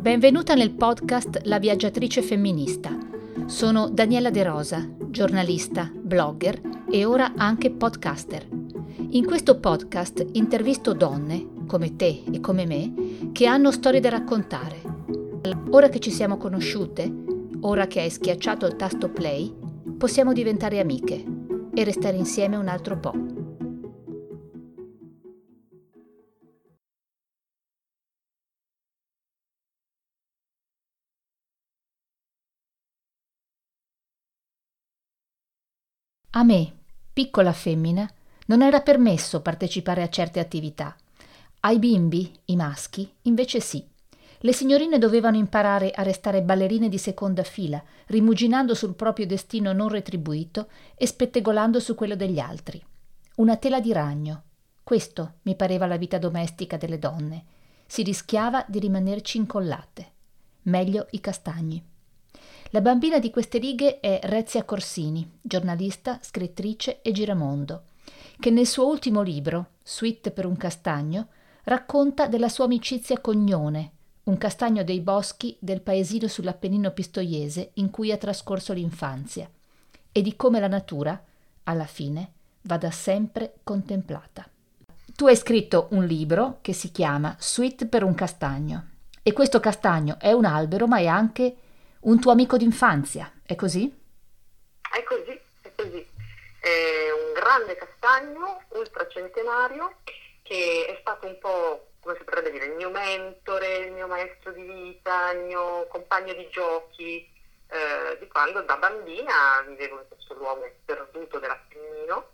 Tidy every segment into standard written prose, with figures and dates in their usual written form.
Benvenuta nel podcast La viaggiatrice femminista. Sono Daniela De Rosa, giornalista, blogger e ora anche podcaster. In questo podcast intervisto donne, come te e come me, che hanno storie da raccontare. Ora che ci siamo conosciute, ora che hai schiacciato il tasto play, possiamo diventare amiche e restare insieme un altro po'. A me, piccola femmina, non era permesso partecipare a certe attività. Ai bimbi, i maschi, invece sì. Le signorine dovevano imparare a restare ballerine di seconda fila, rimuginando sul proprio destino non retribuito e spettegolando su quello degli altri. Una tela di ragno. Questo mi pareva la vita domestica delle donne. Si rischiava di rimanerci incollate. Meglio i castagni. La bambina di queste righe è Rezia Corsini, giornalista, scrittrice e giramondo, che nel suo ultimo libro, Suite per un castagno, racconta della sua amicizia con Gnone, un castagno dei boschi del paesino sull'Appennino pistoiese in cui ha trascorso l'infanzia, e di come la natura, alla fine, vada sempre contemplata. Tu hai scritto un libro che si chiama Suite per un castagno, e questo castagno è un albero, ma è anche un tuo amico d'infanzia, è così? È così, è così. È un grande castagno ultracentenario che è stato un po', come si potrebbe dire, il mio mentore, il mio maestro di vita, il mio compagno di giochi, di quando da bambina vivevo in questo luogo sperduto dell'Appennino,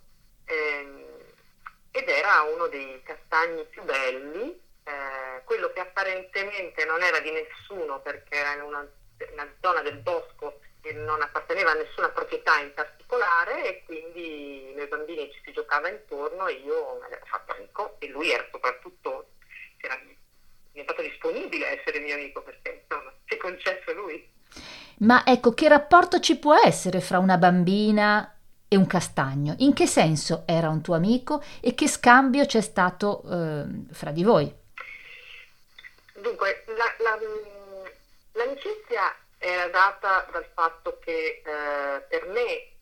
ed era uno dei castagni più belli, quello che apparentemente non era di nessuno perché era in una zona del bosco che non apparteneva a nessuna proprietà in particolare, e quindi noi bambini ci si giocava intorno e io me l'ero fatto amico, e lui era soprattutto, era diventato disponibile a essere mio amico perché insomma si è concesso lui. Ma ecco, che rapporto ci può essere fra una bambina e un castagno? In che senso era un tuo amico e che scambio c'è stato fra di voi? Dunque, l'amicizia era data dal fatto che per me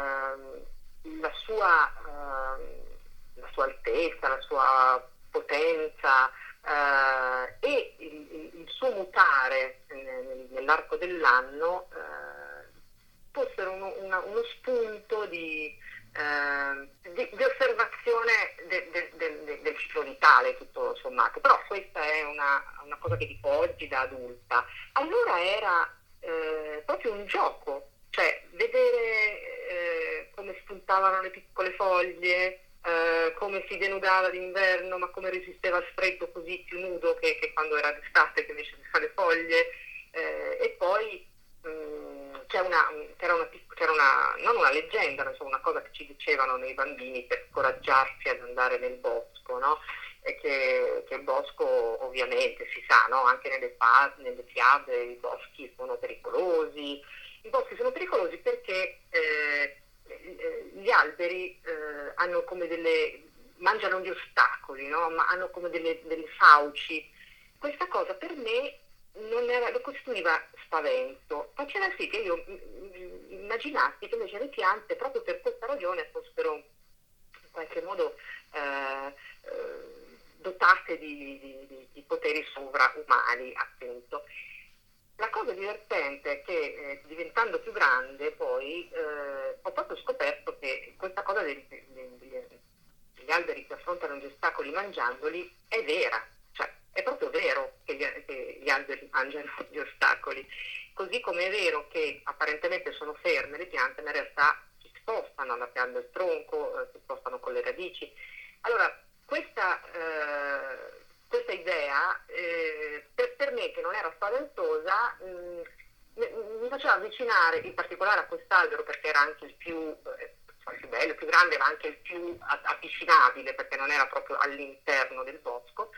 la sua altezza, la sua potenza e il suo mutare nell'arco dell'anno fossero uno spunto di osservazione del ciclo vitale, tutto sommato. Però questa è una cosa che dico oggi da adulta. Allora era proprio un gioco, cioè vedere come spuntavano le piccole foglie, come si denudava d'inverno, ma come resisteva al freddo così più nudo che quando era d'estate, che invece fa le foglie, e poi non una leggenda, ma insomma una cosa che ci dicevano nei bambini per scoraggiarsi ad andare nel bosco, no? E che il bosco, ovviamente si sa, no? Anche nelle fiabe i boschi sono pericolosi. I boschi sono pericolosi perché gli alberi hanno come mangiano gli ostacoli, no? Ma hanno come delle fauci. Questa cosa per me lo costituiva spavento, faceva sì che io immaginassi che invece le piante, proprio per questa ragione, fossero in qualche modo dotate di poteri sovraumani, appunto. La cosa divertente è che diventando più grande poi ho proprio scoperto che questa cosa degli alberi che affrontano gli ostacoli mangiandoli è vera. È proprio vero che gli alberi mangiano gli ostacoli, così come è vero che apparentemente sono ferme le piante, ma in realtà si spostano allargando il tronco, si spostano con le radici. Allora, questa idea, per me che non era spaventosa, mi faceva avvicinare in particolare a quest'albero, perché era anche il più bello, il più grande, ma anche il più avvicinabile, perché non era proprio all'interno del bosco.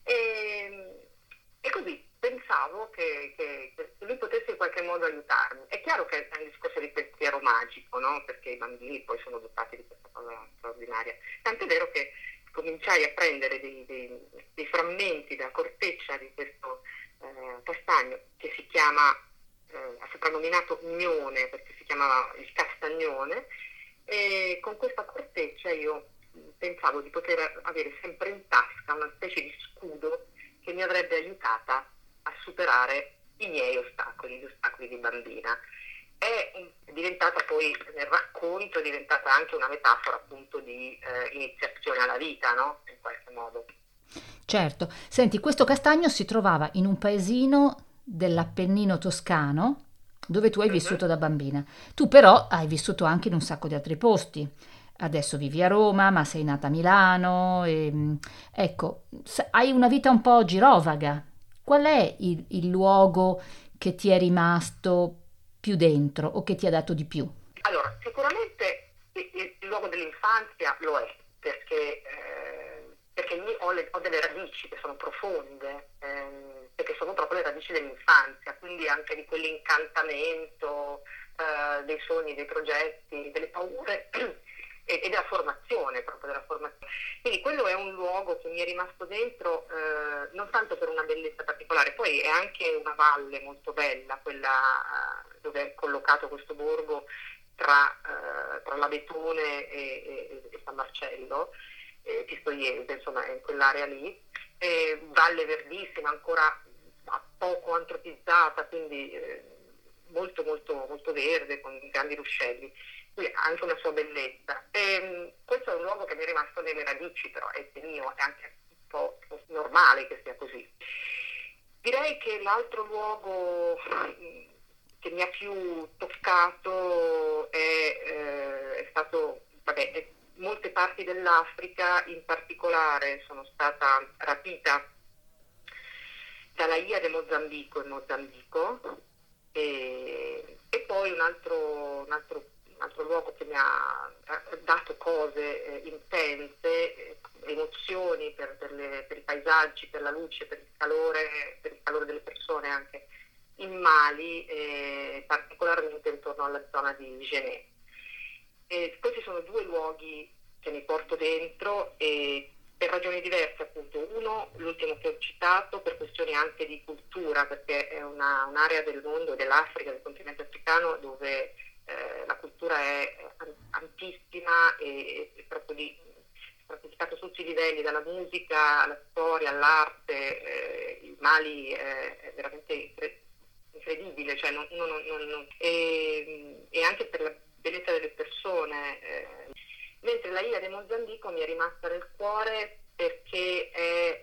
E così pensavo che lui potesse in qualche modo aiutarmi. È chiaro che è un discorso di pensiero magico, no? Perché i bambini poi sono dotati di questa cosa straordinaria. Tant'è vero che cominciai a prendere dei frammenti della corteccia di questo castagno che si chiama, ha soprannominato Gnione perché si chiamava il castagnone, e con questa corteccia io pensavo di poter avere sempre in tasca una specie di scudo che mi avrebbe aiutata a superare i miei ostacoli, gli ostacoli di bambina. È diventata poi, nel racconto, è diventata anche una metafora appunto di iniziazione alla vita, no? In qualche modo. Certo. Senti, questo castagno si trovava in un paesino dell'Appennino toscano dove tu hai vissuto da bambina. Tu però hai vissuto anche in un sacco di altri posti. Adesso vivi a Roma, ma sei nata a Milano. Ecco, hai una vita un po' girovaga. Qual è il luogo che ti è rimasto più dentro o che ti ha dato di più? Allora, sicuramente il luogo dell'infanzia lo è, perché lì ho delle radici che sono profonde, perché sono proprio le radici dell'infanzia, quindi anche di quell'incantamento, dei sogni, dei progetti, delle paure e della formazione, proprio della formazione. Quindi quello è un luogo che mi è rimasto dentro, non tanto per una bellezza particolare, poi è anche una valle molto bella, quella dove è collocato questo borgo tra l'Abetone e San Marcello, Pistoiese, insomma è in quell'area lì, valle verdissima, ancora poco antropizzata, quindi molto molto molto verde, con grandi ruscelli, quindi ha anche una sua bellezza. Questo è un luogo che mi è rimasto nelle radici, però è mio, è anche un po' normale che sia così. Direi che l'altro luogo che mi ha più toccato è stato, molte parti dell'Africa, in particolare sono stata rapita dalla Ia de Mozambico in Mozambico, e poi un altro luogo che mi ha dato cose intense, emozioni per i paesaggi, per la luce, per il calore delle persone anche in Mali, particolarmente intorno alla zona di Djenné. Questi sono due luoghi che mi porto dentro e per ragioni diverse, appunto. Uno, l'ultimo che ho citato, per questioni anche di cultura, perché è un'area del mondo, dell'Africa, del continente africano, dove la cultura è antissima e proprio praticata a tutti i livelli, dalla musica alla storia, all'arte. Il Mali è veramente incredibile, cioè e anche per la bellezza delle persone. Mentre la Ia de Mozambico mi è rimasta nel cuore perché è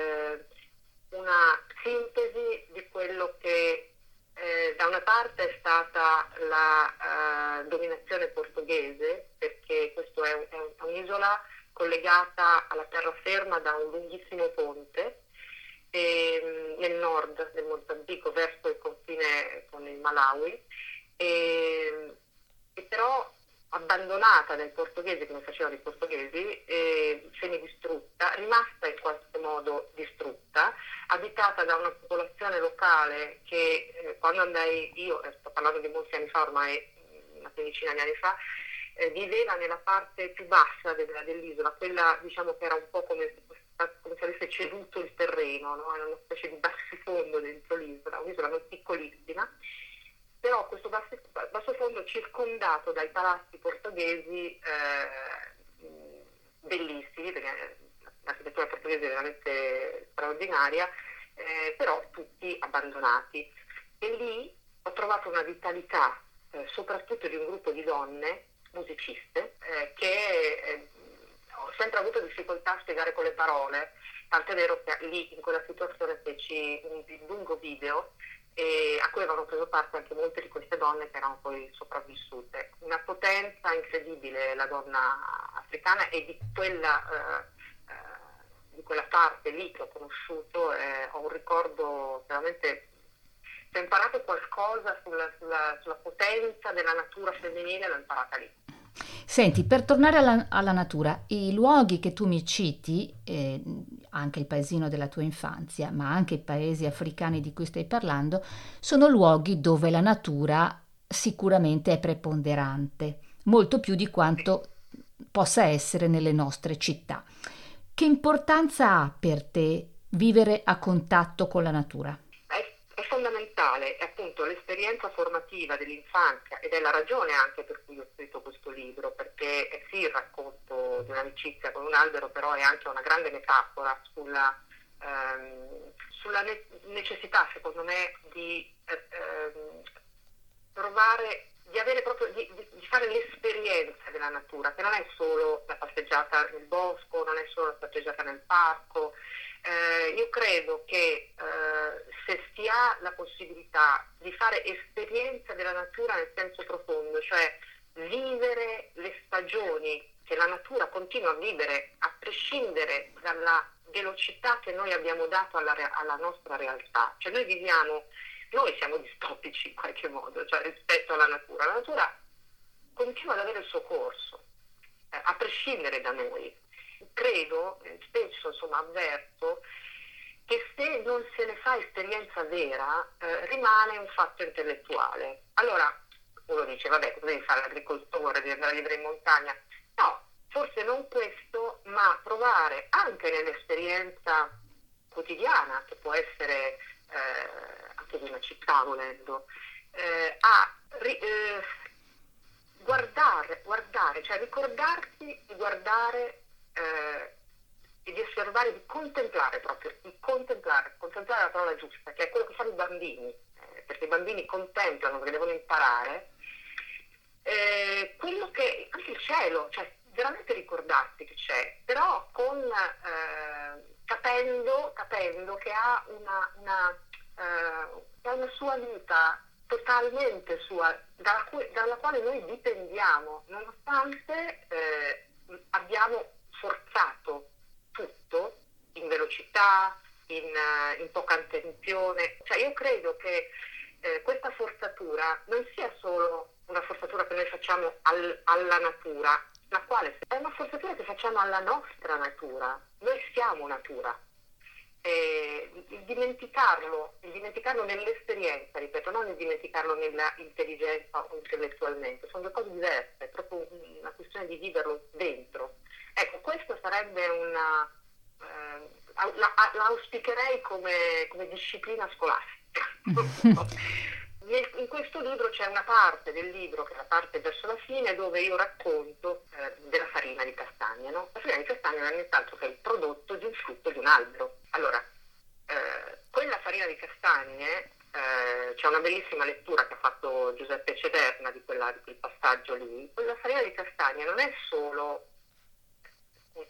una sintesi di quello che da una parte è stata la dominazione portoghese, perché questo è un'isola collegata alla terraferma da un lunghissimo ponte nel nord del Mozambico verso il confine con il Malawi, e però abbandonata dai portoghesi, come facevano i portoghesi, semidistrutta, rimasta in qualche modo distrutta, abitata da una popolazione locale che quando andai io, sto parlando di molti anni fa, ormai una quindicina di anni fa, viveva nella parte più bassa dell'isola, quella diciamo che era un po' come se avesse ceduto il terreno, no? Era una specie di bassifondo dentro l'isola, un'isola non piccolissima, però questo bassofondo circondato dai palazzi portoghesi bellissimi, perché l'architettura portoghese è veramente straordinaria, però tutti abbandonati. E lì ho trovato una vitalità, soprattutto di un gruppo di donne musiciste, che ho sempre avuto difficoltà a spiegare con le parole, tant'è vero che lì in quella situazione feci un lungo video a cui avevano preso parte anche molte di queste donne che erano poi sopravvissute. Una potenza incredibile la donna africana, e di quella parte lì che ho conosciuto ho un ricordo veramente. Ho imparato qualcosa sulla potenza della natura femminile, l'ho imparata lì. Senti, per tornare alla natura, i luoghi che tu mi citi, anche il paesino della tua infanzia, ma anche i paesi africani di cui stai parlando, sono luoghi dove la natura sicuramente è preponderante, molto più di quanto possa essere nelle nostre città. Che importanza ha per te vivere a contatto con la natura? fondamentale è appunto l'esperienza formativa dell'infanzia, ed è la ragione anche per cui ho scritto questo libro, perché è sì il racconto di un'amicizia con un albero, però è anche una grande metafora sulla necessità, secondo me, di provare, di avere proprio, di fare l'esperienza della natura, che non è solo la passeggiata nel bosco, non è solo la passeggiata nel parco. Io credo che se si ha la possibilità di fare esperienza della natura nel senso profondo, cioè vivere le stagioni che la natura continua a vivere a prescindere dalla velocità che noi abbiamo dato alla nostra realtà, cioè noi siamo distopici in qualche modo, cioè rispetto alla natura. La natura continua ad avere il suo corso, a prescindere da noi. Credo, spesso avverto, che se non se ne fa esperienza vera, rimane un fatto intellettuale. Allora, uno dice, vabbè, cosa devi fare l'agricoltore, devi andare a vivere in montagna? No, forse non questo, ma provare anche nell'esperienza quotidiana, che può essere anche di una città volendo, guardare, cioè ricordarsi di guardare e di osservare, di contemplare proprio, contemplare è la parola giusta, che è quello che fanno i bambini, perché i bambini contemplano, perché devono imparare, quello che, anche il cielo, cioè veramente ricordarsi che c'è, però capendo che ha una sua vita totalmente sua, dalla quale noi dipendiamo, nonostante abbiamo forzato tutto in velocità, in poca attenzione. Cioè io credo che questa forzatura non sia solo una forzatura che noi facciamo alla natura, la quale è una forzatura che facciamo alla nostra natura. Noi siamo natura. Il dimenticarlo nell'esperienza, ripeto, non il dimenticarlo nella intelligenza o intellettualmente, sono due cose diverse, è proprio una questione di viverlo dentro. Ecco, questo sarebbe l'auspicherei come disciplina scolastica. In questo libro c'è una parte del libro, che è la parte verso la fine, dove io racconto della farina di castagne, no? La farina di castagne non è nient'altro che il prodotto di un frutto di un albero. Allora, quella farina di castagne, c'è una bellissima lettura che ha fatto Giuseppe Cederna di quel passaggio lì. Quella farina di castagne non è solo un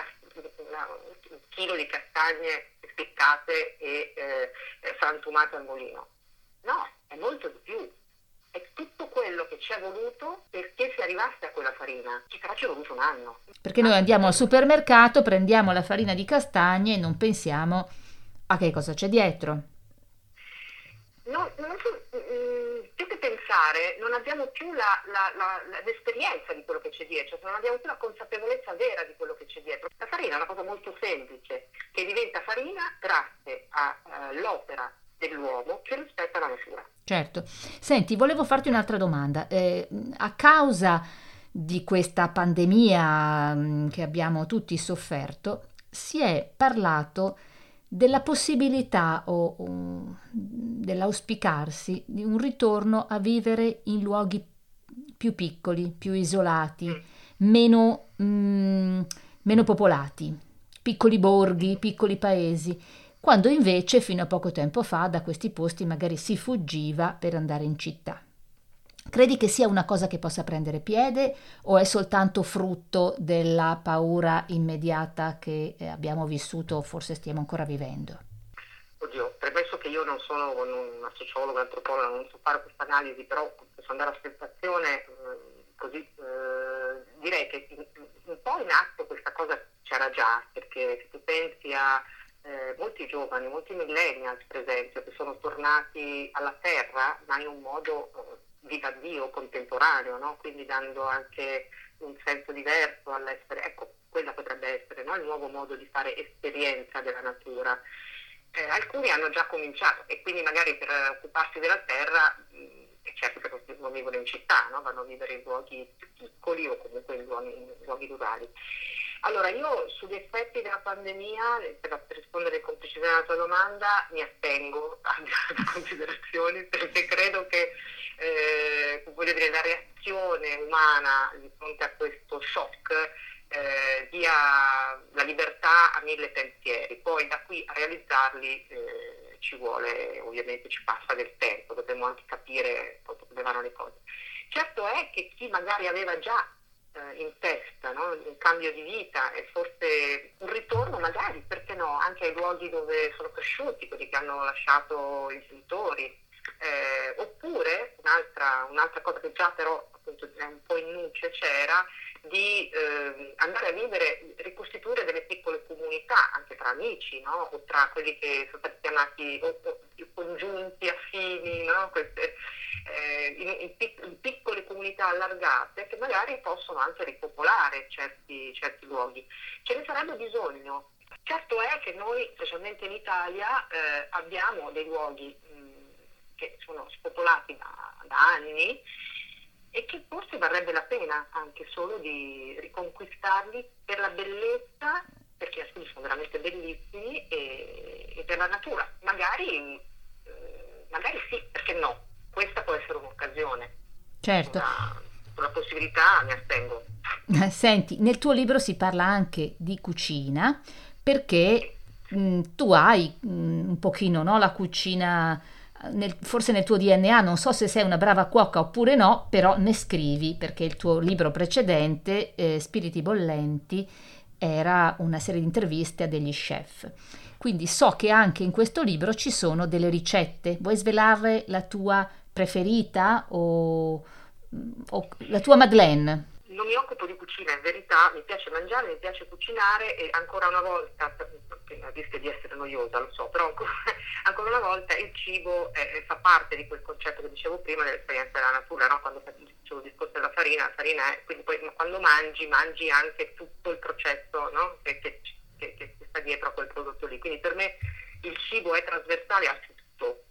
chilo di castagne spiccate e frantumate al mulino. No, è molto di più. È tutto quello che ci è voluto perché si arrivasse a quella farina. Però ci è voluto un anno. Perché noi andiamo al supermercato, prendiamo la farina di castagne e non pensiamo a che cosa c'è dietro. Più che pensare, non abbiamo più l'esperienza di quello che c'è dietro, cioè non abbiamo più la consapevolezza vera di quello che c'è dietro. La farina è una cosa molto semplice, che diventa farina grazie all'opera dell'uomo che rispetta la natura. Certo. Senti, volevo farti un'altra domanda. A causa di questa pandemia che abbiamo tutti sofferto, si è parlato della possibilità o dell'auspicarsi di un ritorno a vivere in luoghi più piccoli, più isolati, meno popolati, piccoli borghi, piccoli paesi, quando invece fino a poco tempo fa da questi posti magari si fuggiva per andare in città. Credi che sia una cosa che possa prendere piede o è soltanto frutto della paura immediata che abbiamo vissuto o forse stiamo ancora vivendo? Oddio, premesso che io non sono una sociologa, antropologa, non so fare questa analisi, però posso andare a sensazione, direi che un po' in atto questa cosa c'era già, perché se tu pensi a molti giovani, molti millennials per esempio, che sono tornati alla terra, ma in un modo viva Dio contemporaneo, no? Quindi dando anche un senso diverso all'essere, ecco, quella potrebbe essere, no? Il nuovo modo di fare esperienza della natura. Alcuni hanno già cominciato e quindi magari per occuparsi della terra, certo che non vivono in città, no? Vanno a vivere in luoghi più piccoli o comunque in luoghi rurali. Allora, io sugli effetti della pandemia, per rispondere con precisione alla tua domanda, mi astengo da considerazioni perché credo che voglio dire, la reazione umana di fronte a questo shock dia la libertà a mille pensieri. Poi da qui a realizzarli ci vuole, ovviamente ci passa del tempo, dobbiamo anche capire come vanno le cose. Certo è che chi magari aveva già in testa, no? Un cambio di vita e forse un ritorno magari, perché no, anche ai luoghi dove sono cresciuti, quelli che hanno lasciato i genitori, oppure un'altra cosa che già però appunto è un po' in nuce c'era, di andare a vivere, ricostituire delle piccole comunità anche tra amici, no? O tra quelli che sono stati chiamati o congiunti affini, no? In piccole comunità allargate che magari possono anche ripopolare certi luoghi. Ce ne sarebbe bisogno. Certo è che noi, specialmente in Italia, abbiamo dei luoghi che sono spopolati da anni e che forse varrebbe la pena anche solo di riconquistarli per la bellezza, perché alcuni sono veramente bellissimi, e per la natura. Magari sì, perché no? Questa può essere un'occasione. Certo. Una possibilità, mi astengo. Senti, nel tuo libro si parla anche di cucina, perché tu hai un pochino, no, la cucina, forse nel tuo DNA, non so se sei una brava cuoca oppure no, però ne scrivi, perché il tuo libro precedente, Spiriti bollenti, era una serie di interviste a degli chef. Quindi so che anche in questo libro ci sono delle ricette. Vuoi svelare la tua preferita o la tua Madeleine? Non mi occupo di cucina, in verità mi piace mangiare, mi piace cucinare e ancora una volta, rischia di essere noiosa, lo so, però ancora una volta il cibo fa parte di quel concetto che dicevo prima dell'esperienza della natura, no? Quando facevo il discorso della farina, la farina è, quindi poi quando mangi anche tutto il processo, no? che sta dietro a quel prodotto lì, quindi per me il cibo è trasversale a tutto.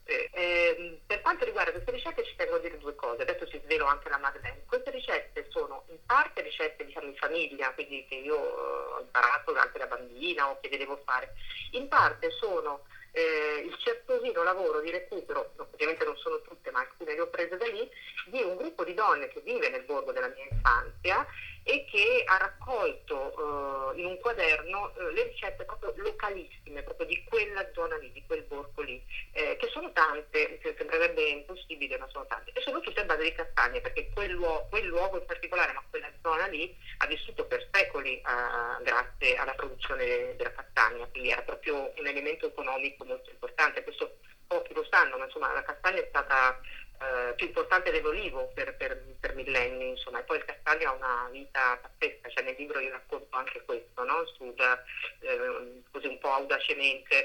Per quanto riguarda queste ricette ci tengo a dire due cose, adesso ci svelo anche la Madeleine. Queste ricette sono in parte ricette diciamo in famiglia, quindi che io ho imparato anche da bambina o che vedevo fare, in parte sono il certosino lavoro di recupero, ovviamente non sono tutte ma alcune le ho prese da lì, di un gruppo di donne che vive nel borgo della mia infanzia e che ha raccolto in un quaderno le ricette proprio localissime, proprio di quella zona lì, di quel borgo lì, che sono tante, che sembrerebbe impossibile, ma sono tante, e sono tutte a base di castagne, perché quel luogo in particolare, ma quella zona lì, ha vissuto per secoli grazie alla produzione della castagna, quindi era proprio un elemento economico molto importante. Questo pochi lo sanno, ma insomma la castagna è stata più importante dell'olivo per millenni, insomma, e poi il castagno ha una vita pazzesca, cioè nel libro io racconto anche questo, no? Così un po' audacemente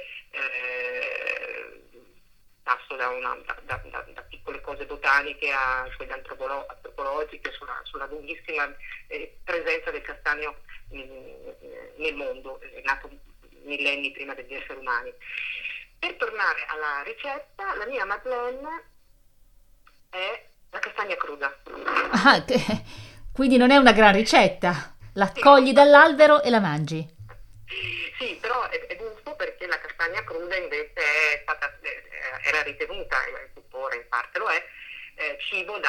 passo da piccole cose botaniche a quelle antropologiche sulla lunghissima presenza del castagno nel mondo, è nato millenni prima degli esseri umani. Per tornare alla ricetta, la mia Madeleine è la castagna cruda. Ah, quindi non è una gran ricetta, la togli dall'albero e la mangi. Sì, però è buffo perché la castagna cruda invece era ritenuta, e tuttora in parte lo è, cibo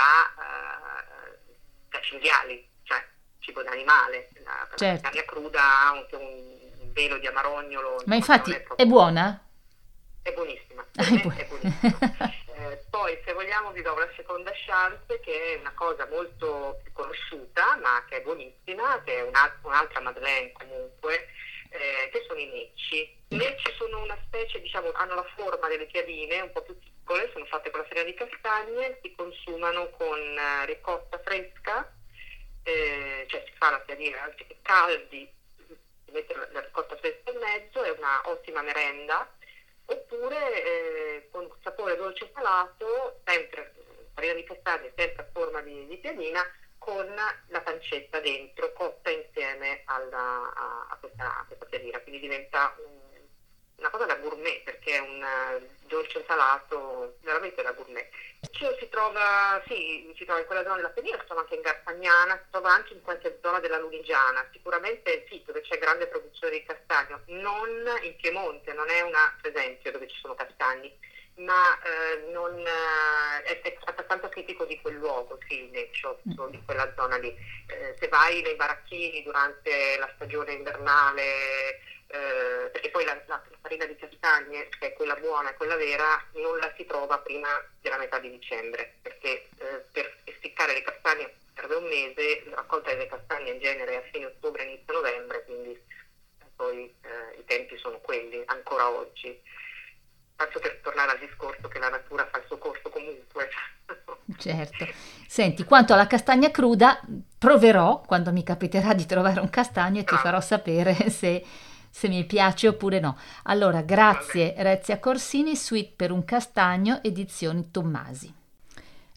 da cinghiali, cioè cibo da animale. La castagna cruda ha anche un velo di amarognolo. Ma infatti è buona? È buonissima, per me è buonissima. Poi se vogliamo vi do la seconda chance, che è una cosa molto più conosciuta ma che è buonissima, che è un'altra Madeleine comunque, che sono i necci. I necci sono una specie, diciamo, hanno la forma delle piadine, un po' più piccole, sono fatte con la farina di castagne, si consumano con ricotta fresca, cioè si fa la piadina, anziché caldi, si mette la ricotta fresca in mezzo, è una ottima merenda. Oppure con sapore dolce e salato, sempre farina di castagne, sempre a forma di piadina, con la pancetta dentro, cotta insieme a questa piadina, quindi diventa una cosa da gourmet, perché è un dolce salato veramente da gourmet. Si trova, sì, si trova in quella zona della Pennina, si trova anche in Garfagnana, si trova anche in qualche zona della Lunigiana, sicuramente sì, dove c'è grande produzione di castagno, non in Piemonte, non è una, per esempio, dove ci sono castagni, ma è abbastanza tipico di quel luogo, sì, il Neccio, di quella zona lì. Se vai nei baracchini durante la stagione invernale, perché poi la farina di castagne, che è quella buona e quella vera, non la si trova prima della metà di dicembre, perché per essiccare le castagne serve un mese, la raccolta delle castagne in genere è a fine ottobre, inizio novembre, quindi poi i tempi sono quelli, ancora oggi. Tanto per tornare al discorso che la natura fa il suo corso comunque. Certo. Senti, quanto alla castagna cruda, proverò quando mi capiterà di trovare un castagno e ti farò sapere se mi piace oppure no. Allora, grazie Rezia Corsini, Suite per un castagno, edizioni Tommasi.